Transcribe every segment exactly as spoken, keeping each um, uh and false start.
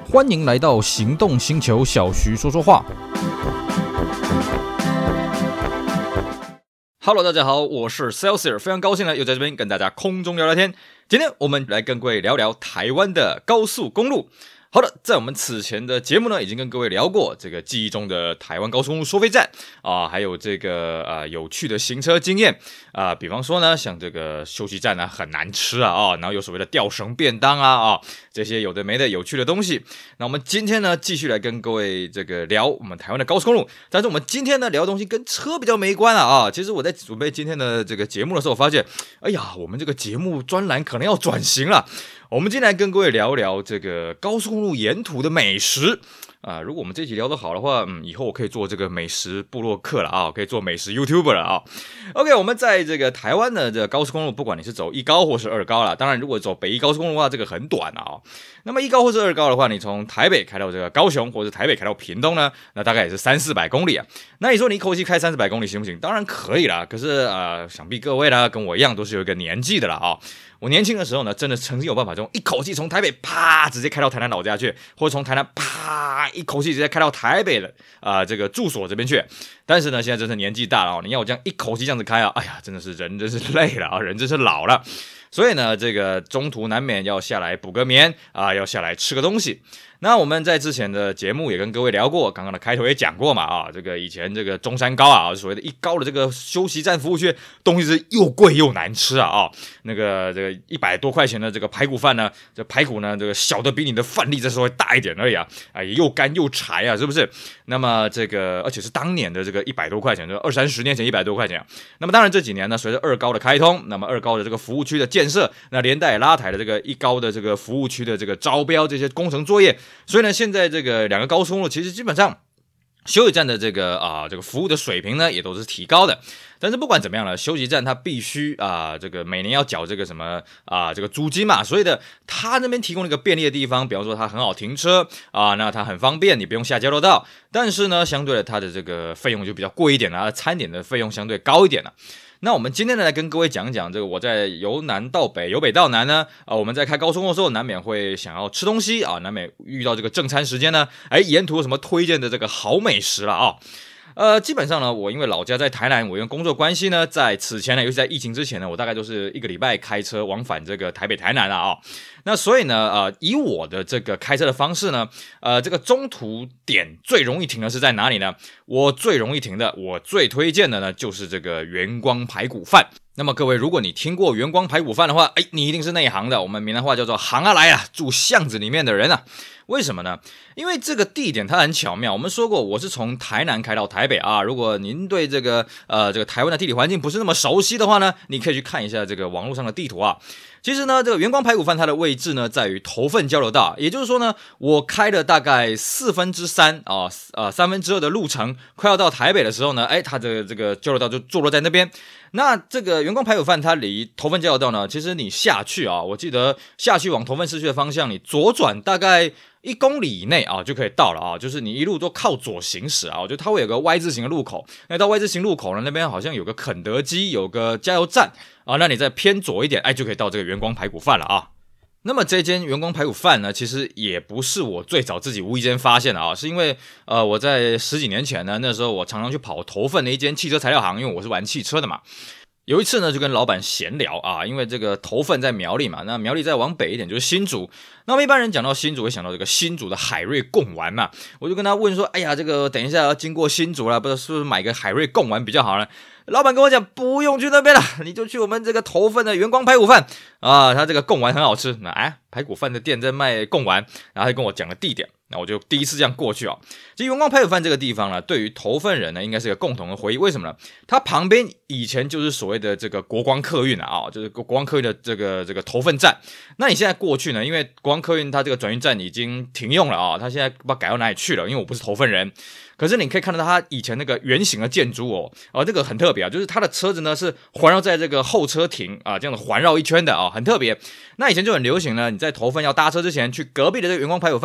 欢迎来到行动星球，小徐说说话。Hello， 大家好，我是 Celsius， 非常高兴呢，又在这边跟大家空中聊聊天。今天我们来跟各位聊聊台湾的高速公路。好的，在我们此前的节目呢，已经跟各位聊过这个记忆中的台湾高速公路收费站啊，还有这个呃有趣的行车经验啊，比方说呢，像这个休息站呢很难吃啊啊，然后有所谓的吊绳便当啊啊，这些有的没的有趣的东西。那我们今天呢，继续来跟各位这个聊我们台湾的高速公路，但是我们今天呢聊的东西跟车比较没关啊啊。其实我在准备今天的这个节目的时候，我发现，哎呀，我们这个节目专栏可能要转型了。我们今天来跟各位聊一聊这个高速公路沿途的美食啊。如果我们这集聊得好的话，嗯，以后我可以做这个美食部落客了啊，可以做美食 YouTuber 了啊。OK， 我们在这个台湾的这个高速公路，不管你是走一高或是二高啦，当然如果走北一高速公路的话，这个很短啊。那么一高或是二高的话，你从台北开到这个高雄，或者台北开到屏东呢，那大概也是三四百公里啊。那你说你一口气开三四百公里行不行？当然可以啦。可是呃，想必各位呢跟我一样都是有一个年纪的了啊。我年轻的时候呢，真的曾经有办法从一口气从台北啪直接开到台南老家去，或者从台南啪一口气直接开到台北的啊、呃、这个住所这边去。但是呢，现在真是年纪大了哦，你要我这样一口气这样子开啊，哎呀，真的是人真是累了啊，人真是老了。所以呢，这个中途难免要下来补个眠啊，要下来吃个东西。那我们在之前的节目也跟各位聊过，刚刚的开头也讲过嘛啊，这个以前这个中山高啊，所谓的一高的这个休息站服务区，东西是又贵又难吃啊啊，那个这个一百多块钱的这个排骨饭呢，这排骨呢这个小的比你的饭粒再稍微大一点而已啊，啊也又干又柴啊，是不是？那么这个而且是当年的这个一百多块钱，就二三十年前一百多块钱、啊。那么当然这几年呢，随着二高的开通，那么二高的这个服务区的建设，那连带拉抬的这个一高的这个服务区的这个招标这些工程作业。所以呢，现在这个两个高速公路其实基本上休息站的这个啊、呃、这个服务的水平呢也都是提高的。但是不管怎么样呢，休息站它必须啊、呃、这个每年要缴这个什么啊、呃、这个租金嘛，所以的它那边提供了一个便利的地方，比方说它很好停车啊、呃，那它很方便，你不用下交流道。但是呢，相对的它的这个费用就比较贵一点啦，餐点的费用相对高一点啦。那我们今天呢来跟各位讲讲这个我在由南到北由北到南呢啊、呃、我们在开高速公路的时候难免会想要吃东西啊，难免遇到这个正餐时间呢，哎沿途有什么推荐的这个好美食了啊。呃，基本上呢，我因为老家在台南，我因为工作关系呢，在此前呢，尤其在疫情之前呢，我大概都是一个礼拜开车往返这个台北、台南了啊、哦。那所以呢，呃，以我的这个开车的方式呢，呃，这个中途点最容易停的是在哪里呢？我最容易停的，我最推荐的呢，就是这个元光排骨饭。那么各位，如果你听过元光排骨饭的话，哎，你一定是内行的。我们闽南话叫做行啊来啊，住巷子里面的人啊。为什么呢？因为这个地点它很巧妙。我们说过，我是从台南开到台北啊。如果您对这个呃这个台湾的地理环境不是那么熟悉的话呢，你可以去看一下这个网络上的地图啊。其实呢，这个元光排骨饭它的位置呢，在于头份交流道，也就是说呢，我开了大概四分之三啊，呃三分之二的路程，快要到台北的时候呢，哎，它的这个交流道就坐落在那边。那这个元光排骨饭它离头份交流道呢，其实你下去啊，我记得下去往头份市区的方向，你左转大概一公里以内啊就可以到了啊，就是你一路都靠左行驶啊，我觉得它会有个 Y 字形的路口，那到 Y 字形路口呢，那边好像有个肯德基，有个加油站啊，那你再偏左一点，哎，就可以到这个元光排骨饭了啊。那么这间元光排骨饭呢，其实也不是我最早自己无意间发现的啊，是因为呃我在十几年前呢，那时候我常常去跑头份的一间汽车材料行，因为我是玩汽车的嘛。有一次呢，就跟老板闲聊啊，因为这个头份在苗栗嘛，那苗栗再往北一点就是新竹。那么一般人讲到新竹，会想到这个新竹的海瑞贡丸嘛，我就跟他问说，哎呀，这个等一下要经过新竹了，不知道是不是买个海瑞贡丸比较好呢？老板跟我讲，不用去那边了，你就去我们这个头份的元光排骨饭啊，他这个贡丸很好吃。那哎，排骨饭的店在卖贡丸，然后他就跟我讲了地点。那我就第一次这样过去哦。其实元光排骨饭这个地方呢，对于头份人呢，应该是一个共同的回忆。为什么呢？它旁边以前就是所谓的这个国光客运啊，就是国光客运的这个这个头份站。那你现在过去呢，因为国光客运它这个转运站已经停用了啊，它现在不知道改到哪里去了，因为我不是头份人。可是你可以看到它以前那个圆形的建筑哦，啊，这个很特别啊，就是它的车子呢是环绕在这个候车亭啊，这样的环绕一圈的啊，很特别。那以前就很流行呢，你在头份要搭车之前，去隔壁的这个元光排骨饭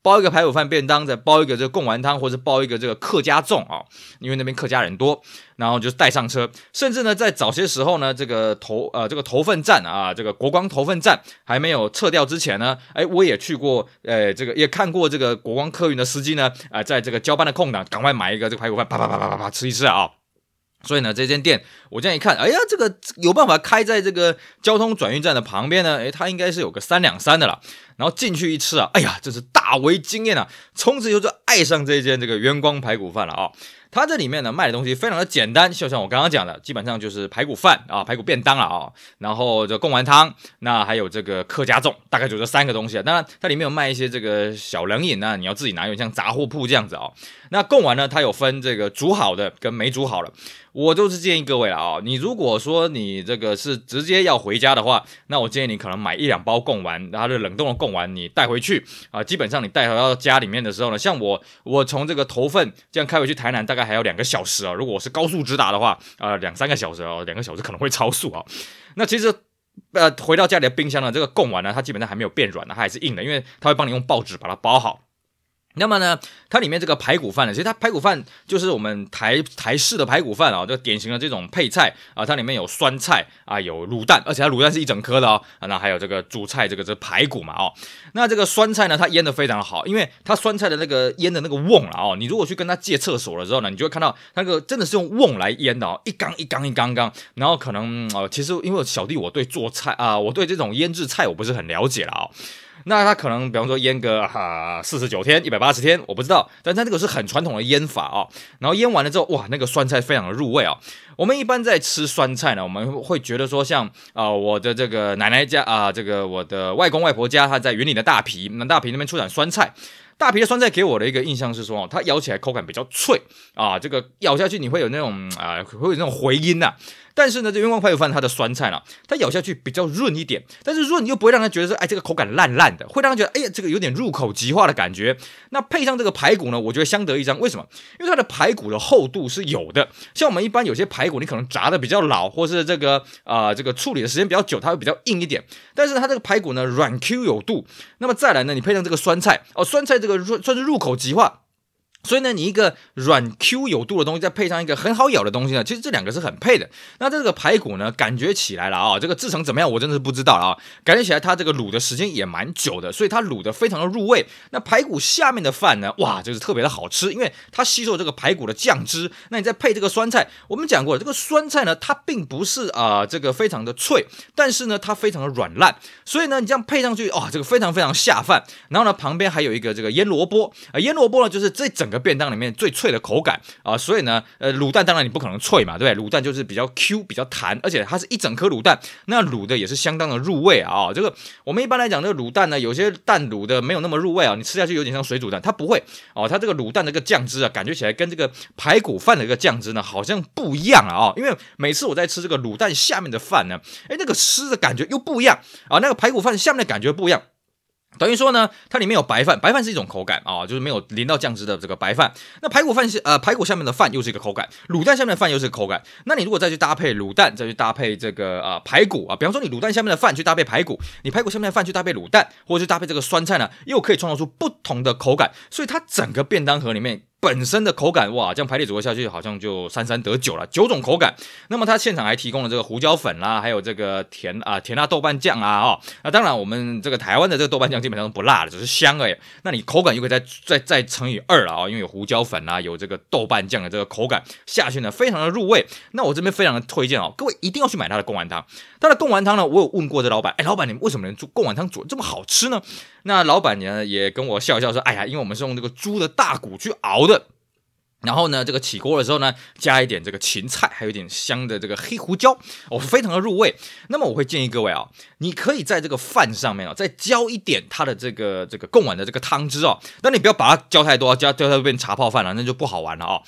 包一个排骨饭便当，再包一个这个贡丸汤，或者包一个这个客家粽啊，因为那边客家人多，然后就带上车。甚至呢，在早些时候呢，这个头呃这个头份站啊，这个国光头份站还没有撤掉之前呢，哎，我也去过，呃，这个也看过这个国光客运的司机呢，啊、呃，在这个交班的空档，赶快买一个这个排骨饭，啪啪啪啪啪啪吃一吃啊。所以呢，这间店我这样一看，哎呀，这个有办法开在这个交通转运站的旁边呢，哎，它应该是有个三两三的啦。然后进去一吃啊，哎呀，真是大为惊艳啊！从此以后就爱上这间这个元光排骨饭了啊。它这里面呢卖的东西非常的简单，就像我刚刚讲的，基本上就是排骨饭啊、排骨便当了啊，然后这贡丸汤，那还有这个客家粽，大概就这三个东西啊。当然，它里面有卖一些这个小冷饮啊，你要自己拿，有点像杂货铺这样子啊。那贡丸呢，它有分这个煮好的跟没煮好的。我就是建议各位了啊，你如果说你这个是直接要回家的话，那我建议你可能买一两包贡丸，它的冷冻的贡丸你带回去啊。基本上你带回到家里面的时候呢，像我我从这个头份这样开回去台南，大概还要两个小时啊。如果我是高速直达的话，啊两三个小时哦，两个小时可能会超速啊。那其实呃回到家里的冰箱呢，这个贡丸呢，它基本上还没有变软呢，它还是硬的，因为它会帮你用报纸把它包好。那么呢，它里面这个排骨饭呢，其实它排骨饭就是我们台台式的排骨饭啊，就典型的这种配菜啊，它里面有酸菜啊，有卤蛋，而且它卤蛋是一整颗的哦，啊、那还有这个主菜这个这排骨嘛哦，那这个酸菜呢，它腌的非常的好，因为它酸菜的那个腌的那个瓮啊哦，你如果去跟它借厕所的时候呢，你就会看到那个真的是用瓮来腌的哦，一缸一缸一缸缸，然后可能呃，其实因为小弟我对做菜啊、呃，我对这种腌制菜我不是很了解了哦。那它可能比方说腌个哈四十九天、一百八十天，我不知道，但它这个是很传统的腌法哦。然后腌完了之后，哇，那个酸菜非常的入味哦。我们一般在吃酸菜呢，我们会觉得说像，像、呃、啊我的这个奶奶家啊、呃，这个我的外公外婆家，他在云林的大皮，那大皮那边出产酸菜。大皮的酸菜给我的一个印象是说，它咬起来口感比较脆啊，这个咬下去你会有那种啊、呃，会有那种回音呐、啊。但是呢，这元光排骨饭它的酸菜呢，它咬下去比较润一点，但是润又不会让人觉得说，哎，这个口感烂烂的，会让人觉得，哎呀，这个有点入口即化的感觉。那配上这个排骨呢，我觉得相得益彰。为什么？因为它的排骨的厚度是有的。像我们一般有些排骨，你可能炸的比较老，或是这个啊、呃、这个处理的时间比较久，它会比较硬一点。但是它这个排骨呢，软 Q 有度。那么再来呢，你配上这个酸菜哦，酸菜这个算是入口即化。所以呢，你一个软 Q 有度的东西，再配上一个很好咬的东西呢，其实这两个是很配的。那这个排骨呢，感觉起来了啊、哦，这个制成怎么样，我真的是不知道了啊、哦。感觉起来它这个卤的时间也蛮久的，所以它卤的非常的入味。那排骨下面的饭呢，哇，就是特别的好吃，因为它吸收这个排骨的酱汁。那你再配这个酸菜，我们讲过这个酸菜呢，它并不是啊、呃、这个非常的脆，但是呢，它非常的软烂。所以呢，你这样配上去，哇、哦，这个非常非常下饭。然后呢，旁边还有一个这个腌萝卜啊，腌萝卜呢，就是这整个便当里面最脆的口感啊，所以呢，呃，卤蛋当然你不可能脆嘛，对不对？卤蛋就是比较 Q 比较弹，而且它是一整颗卤蛋，那卤的也是相当的入味啊、哦。这个我们一般来讲，这个卤蛋呢，有些蛋卤的没有那么入味啊，你吃下去有点像水煮蛋，它不会哦，它这个卤蛋的这个酱汁啊，感觉起来跟这个排骨饭的这个酱汁呢，好像不一样啊、哦。因为每次我在吃这个卤蛋下面的饭呢，哎，那个吃的感觉又不一样啊，那个排骨饭下面的感觉不一样。等于说呢，它里面有白饭，白饭是一种口感啊、哦，就是没有淋到酱汁的这个白饭。那排骨饭是呃排骨下面的饭又是一个口感，卤蛋下面的饭又是一个口感。那你如果再去搭配卤蛋，再去搭配这个呃排骨啊，比方说你卤蛋下面的饭去搭配排骨，你排骨下面的饭去搭配卤蛋，或者去搭配这个酸菜呢，又可以创造出不同的口感。所以它整个便当盒里面本身的口感，哇，这样排列组合下去，好像就三三得九了，九种口感。那么它现场还提供了这个胡椒粉啦，还有这个甜啊甜辣豆瓣酱啊，哦，那当然我们这个台湾的这个豆瓣酱基本上都不辣的，只是香而已。那你口感又可以再再再乘以二了啊、哦，因为有胡椒粉啦，有这个豆瓣酱的这个口感下去呢，非常的入味。那我这边非常的推荐哦，各位一定要去买它的贡丸汤。它的贡丸汤呢，我有问过这老板，哎，老板你为什么能做贡丸汤煮这么好吃呢？那老板呢也跟我笑笑说，哎呀，因为我们是用这个猪的大骨去熬的。然后呢，这个起锅的时候呢，加一点这个芹菜，还有一点香的这个黑胡椒，哦，非常的入味。那么我会建议各位啊，你可以在这个饭上面啊，再浇一点它的这个这个贡丸的这个汤汁哦，但你不要把它浇太多，浇浇它变茶泡饭了，那就不好玩了哦。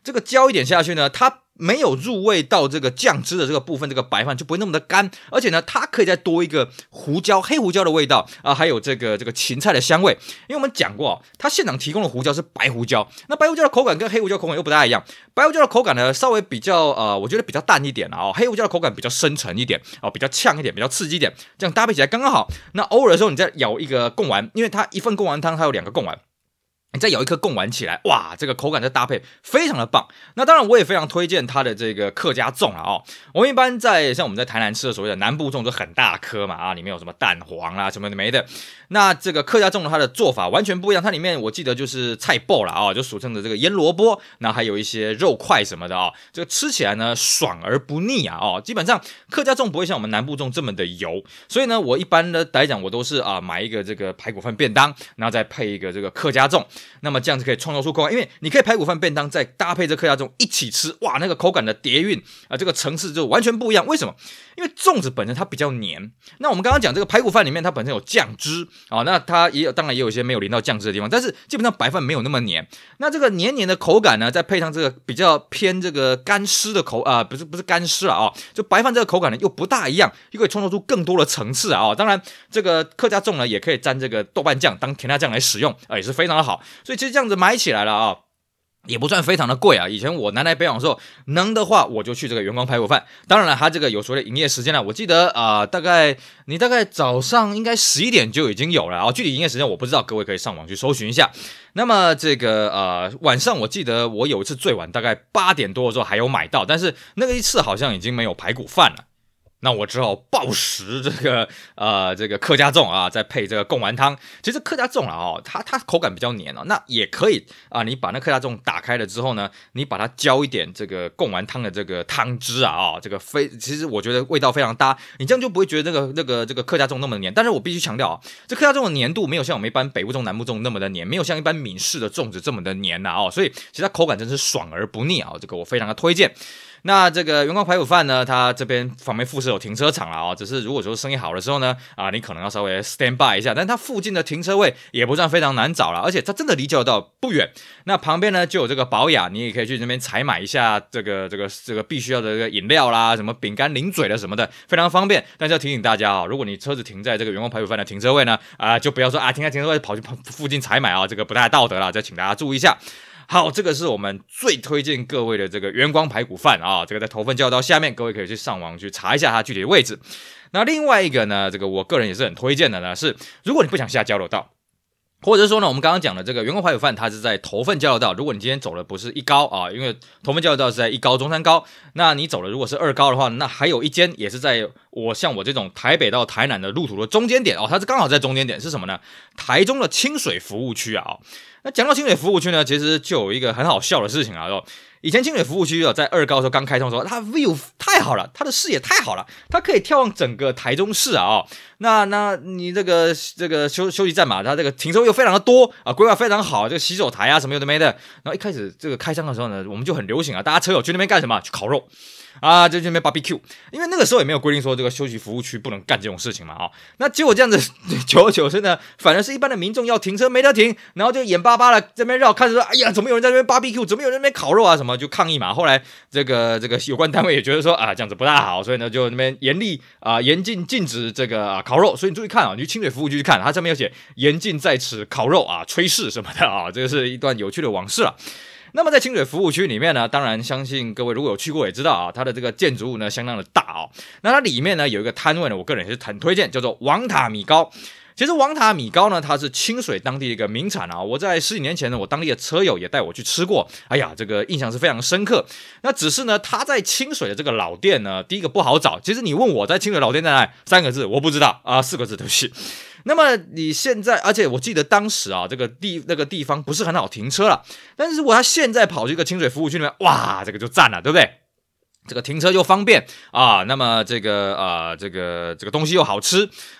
这个浇一点下去呢，它没有入味到这个酱汁的这个部分，这个白饭就不会那么的干，而且呢，它可以再多一个胡椒、黑胡椒的味道啊，还有这个这个芹菜的香味。因为我们讲过、哦，它现场提供的胡椒是白胡椒，那白胡椒的口感跟黑胡椒口感又不大一样。白胡椒的口感呢，稍微比较呃，我觉得比较淡一点啊、哦，黑胡椒的口感比较深沉一点啊、哦，比较呛一点，比较刺激一点，这样搭配起来刚刚好。那偶尔的时候，你再舀一个贡丸，因为它一份贡丸汤它有两个贡丸。你再舀一颗贡丸起来，哇，这个口感的搭配非常的棒。那当然，我也非常推荐它的这个客家粽啊哦。我们一般在像我们在台南吃的所谓的南部粽，就很大颗嘛啊，里面有什么蛋黄啦什么的没的。那这个客家粽它的做法完全不一样，它里面我记得就是菜脯啦啊，就俗称的这个腌萝卜，那还有一些肉块什么的啊，这个吃起来呢爽而不腻啊哦。基本上客家粽不会像我们南部粽这么的油，所以呢，我一般的来讲，我都是啊买一个这个排骨饭便当，然后再配一个这个客家粽。那么这样子可以创造出口感，因为你可以排骨饭便当再搭配这客家粽一起吃，哇，那个口感的叠韵啊，这个层次就完全不一样。为什么？因为粽子本身它比较黏，那我们刚刚讲这个排骨饭里面它本身有酱汁啊，那它也有当然也有一些没有淋到酱汁的地方，但是基本上白饭没有那么黏。那这个黏黏的口感呢，再配上这个比较偏这个干湿的口啊、呃，不是不是干湿了啊，就白饭这个口感呢又不大一样，又可以创造出更多的层次啊。当然，这个客家粽呢也可以沾这个豆瓣酱当甜辣酱来使用啊，也是非常的好。所以其实这样子买起来了啊，也不算非常的贵啊。以前我南来北往的时候，能的话我就去这个元光排骨饭。当然了，它这个有所谓的营业时间了，我记得啊、呃，大概你大概早上应该十一点就已经有了啊。具体营业时间我不知道，各位可以上网去搜寻一下。那么这个呃晚上我记得我有一次最晚大概八点多的时候还有买到，但是那个一次好像已经没有排骨饭了。那我只好暴食这个呃这个客家粽啊，再配这个贡丸汤。其实客家粽啊哦，它它口感比较黏哦，那也可以啊。你把那客家粽打开了之后呢，你把它浇一点这个贡丸汤的这个汤汁啊哦，这个非其实我觉得味道非常搭，你这样就不会觉得这个那个这个客家粽那么黏。但是我必须强调啊，这客家粽的黏度没有像我们一般北部粽、南部粽那么的黏，没有像一般闽式的粽子这么的黏呐、啊、哦，所以其实它口感真是爽而不腻啊，这个我非常的推荐。那这个元光排骨饭呢，它这边旁边附设有停车场了啊、哦，只是如果说生意好的时候呢，啊，你可能要稍微 stand by 一下，但它附近的停车位也不算非常难找了，而且它真的离交流道不远。那旁边呢就有这个宝雅，你也可以去那边采买一下这个这个这个必须要的这个饮料啦，什么饼干、零嘴的什么的，非常方便。但是要提醒大家啊、哦，如果你车子停在这个元光排骨饭的停车位呢，啊，就不要说啊停在停车位跑去附近采买啊，这个不太道德啦，再请大家注意一下。好，这个是我们最推荐各位的这个元光排骨饭啊，这个在头份交流道下面，各位可以去上网去查一下它具体的位置。那另外一个呢，这个我个人也是很推荐的呢，是如果你不想下交流道，或者是说呢，我们刚刚讲的这个元光排骨饭，它是在头份交流道。如果你今天走的不是一高啊，因为头份交流道是在一高、中山高，那你走的如果是二高的话，那还有一间也是在我像我这种台北到台南的路途的中间点哦，它是刚好在中间点，是什么呢？台中的清水服务区啊、哦。那讲到清水服务区呢，其实就有一个很好笑的事情啊，哦，以前清水服务区啊，在二高的时候刚开通的时候，它 view 太好了，它的视野太好了，它可以眺望整个台中市啊，哦，那那你这个这个休休息站嘛，它这个停车位又非常的多啊，规划非常好，这个洗手台啊什么有的没的。然后一开始这个开张的时候呢，我们就很流行啊，大家车友去那边干什么？去烤肉。啊，就去那边 barbecue， 因为那个时候也没有规定说这个休息服务区不能干这种事情嘛，哦，那结果这样子久而久之呢，反而是一般的民众要停车没得停，然后就眼巴巴的这边绕，看着说，哎呀，怎么有人在那边 barbecue， 怎么有人在那边烤肉啊，什么就抗议嘛。后来这个这个有关单位也觉得说啊，这样子不大好，所以呢就那边严厉啊、呃、严禁禁止这个啊烤肉。所以你注意看啊，你去清水服务区去看，它上面有写严禁在此烤肉啊、炊事什么的啊，这个是一段有趣的往事了。那么在清水服务区里面呢，当然相信各位如果有去过也知道啊，它的这个建筑物呢相当的大哦。那它里面呢有一个摊位呢，我个人也是很推荐，叫做王塔米糕。其实王塔米糕呢，它是清水当地的一个名产啊。我在十几年前呢，我当地的车友也带我去吃过，哎呀，这个印象是非常深刻。那只是呢，它在清水的这个老店呢，第一个不好找。其实你问我在清水老店在哪里，三个字我不知道啊，四个字对不起。那么你现在，而且我记得当时啊，这个地那个地方不是很好停车了。但是如果他现在跑去一个清水服务区里面，哇，这个就赞了，对不对？这个停车又方便啊，那么这个啊、呃，这个这个东西又好吃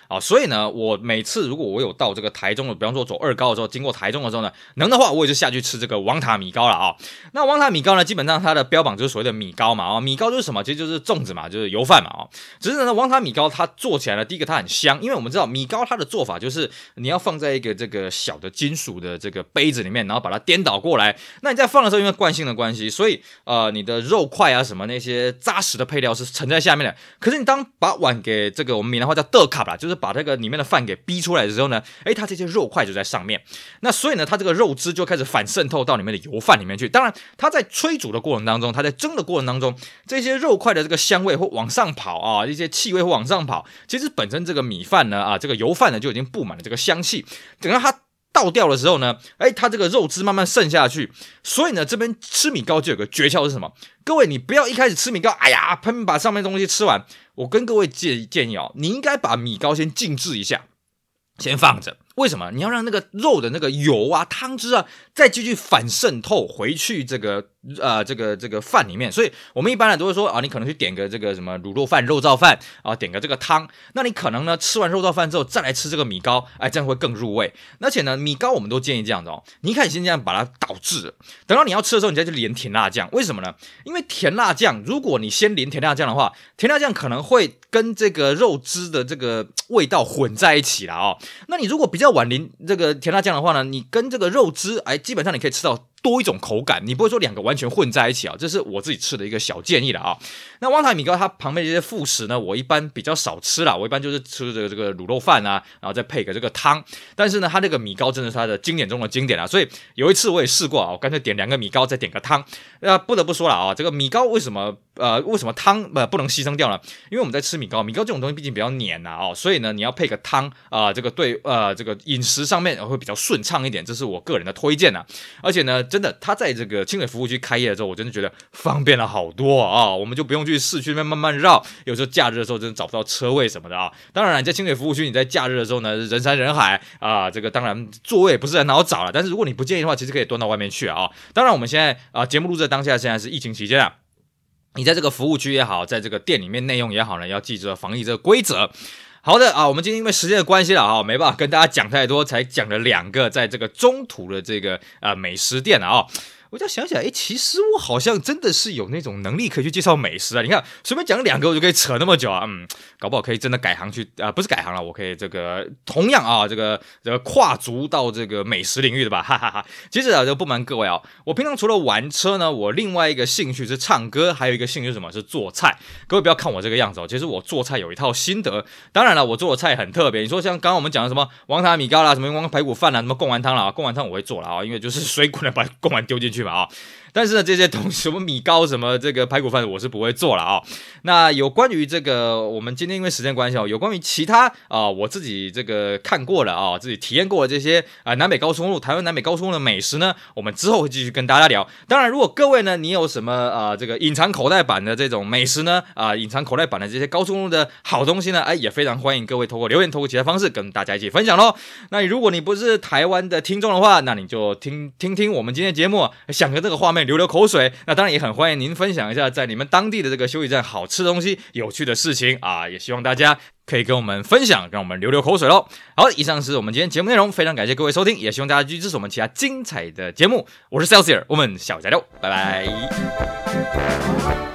啊，所以呢，我每次如果我有到这个台中的，比方说走二高的时候，经过台中的时候呢，能的话我也就下去吃这个王塔米糕了啊。那王塔米糕呢，基本上它的标榜就是所谓的米糕嘛啊，米糕就是什么？其实就是粽子嘛，就是油饭嘛啊。只是呢，王塔米糕它做起来呢，第一个它很香，因为我们知道米糕它的做法就是你要放在一个这个小的金属的这个杯子里面，然后把它颠倒过来。那你在放的时候，因为惯性的关系，所以呃你的肉块啊什么那些扎实的配料是沉在下面的。可是你当把碗给这个我们闽南话叫倒卡啦，就是把这个里面的饭给逼出来的时候呢，哎，它这些肉块就在上面。那所以呢，它这个肉汁就开始反渗透到里面的油饭里面去。当然，它在炊煮的过程当中，它在蒸的过程当中，这些肉块的这个香味会往上跑啊，一些气味会往上跑。其实本身这个米饭呢，啊，这个油饭呢就已经布满了这个香气。等到它倒掉的时候呢，哎，它这个肉汁慢慢渗下去。所以呢，这边吃米糕就有个诀窍是什么？各位，你不要一开始吃米糕，哎呀，喷命把上面的东西吃完。我跟各位建建议哦，你应该把米糕先静置一下，先放着。为什么？你要让那个肉的那个油啊、汤汁啊，再继续反渗透回去这个呃这个这个饭里面。所以我们一般人都会说啊，你可能去点个这个什么卤肉饭、肉燥饭啊，点个这个汤。那你可能呢吃完肉燥饭之后再来吃这个米糕，哎，这样会更入味。而且呢，米糕我们都建议这样的哦，你一开始先这样把它倒置，等到你要吃的时候，你再去连甜辣酱。为什么呢？因为甜辣酱，如果你先连甜辣酱的话，甜辣酱可能会跟这个肉汁的这个味道混在一起了哦。那你如果比较晚淋这个甜辣酱的话呢，你跟这个肉汁，哎，基本上你可以吃到多一种口感，你不会说两个完全混在一起啊，这是我自己吃的一个小建议了啊。那王塔米糕它旁边这些副食呢，我一般比较少吃啦，我一般就是吃这个这个卤肉饭啊，然后再配个这个汤。但是呢，它这个米糕真的是它的经典中的经典啊，所以有一次我也试过啊，我干脆点两个米糕，再点个汤。那不得不说了啊，这个米糕为什么呃为什么汤呃不能牺牲掉呢？因为我们在吃米糕，米糕这种东西毕竟比较黏呐啊，所以呢你要配个汤啊、呃，这个对呃这个饮食上面会比较顺畅一点，这是我个人的推荐啊。而且呢，真的它在这个清水服务区开业的时候，我真的觉得方便了好多啊，我们就不用去市区那边慢慢绕，有时候假日的时候真的找不到车位什么的啊。当然，你在清水服务区，你在假日的时候呢，人山人海啊，这个当然座位也不是很好找了。但是如果你不介意的话，其实可以端到外面去啊。当然，我们现在啊节目录制当下现在是疫情期间啊。你在这个服务区也好，在这个店里面内用也好呢，要记住防疫这个规则。好的啊，我们今天因为时间的关系了啊，没办法跟大家讲太多，才讲了两个在这个中途的这个呃美食店啊。我就想想，哎，其实我好像真的是有那种能力可以去介绍美食啊！你看，随便讲两个我就可以扯那么久啊，嗯，搞不好可以真的改行去啊、呃，不是改行了，我可以这个同样啊，这个这个跨足到这个美食领域的吧，哈哈哈。其实啊，就不瞒各位啊，我平常除了玩车呢，我另外一个兴趣是唱歌，还有一个兴趣是什么？是做菜。各位不要看我这个样子哦，其实我做菜有一套心得。当然了，我做的菜很特别。你说像刚刚我们讲的什么王塔米糕啦，什么王排骨饭啦，什么贡丸汤啦，贡丸汤我会做啦啊，因为就是水滚了把贡丸丢进去嘛啊。但是呢，这些东西什么米糕什么这个排骨饭我是不会做了啊、哦。那有关于这个，我们今天因为时间关系哦，有关于其他啊、呃，我自己这个看过了啊、哦，自己体验过的这些啊、呃、南北高速公路、台湾南北高速公路的美食呢，我们之后会继续跟大家聊。当然，如果各位呢，你有什么啊、呃、这个隐藏口袋版的这种美食呢啊，隐、呃、藏口袋版的这些高速公路的好东西呢，哎，也非常欢迎各位透过留言、透过其他方式跟大家一起分享咯。那如果你不是台湾的听众的话，那你就听听听我们今天的节目，想着这个画面。流流口水，那当然也很欢迎您分享一下在你们当地的这个休息站好吃的东西、有趣的事情啊，也希望大家可以跟我们分享，让我们流流口水咯。好，以上是我们今天节目内容，非常感谢各位收听，也希望大家继续支持我们其他精彩的节目。我是 Celsius， 我们下回再聊，拜拜。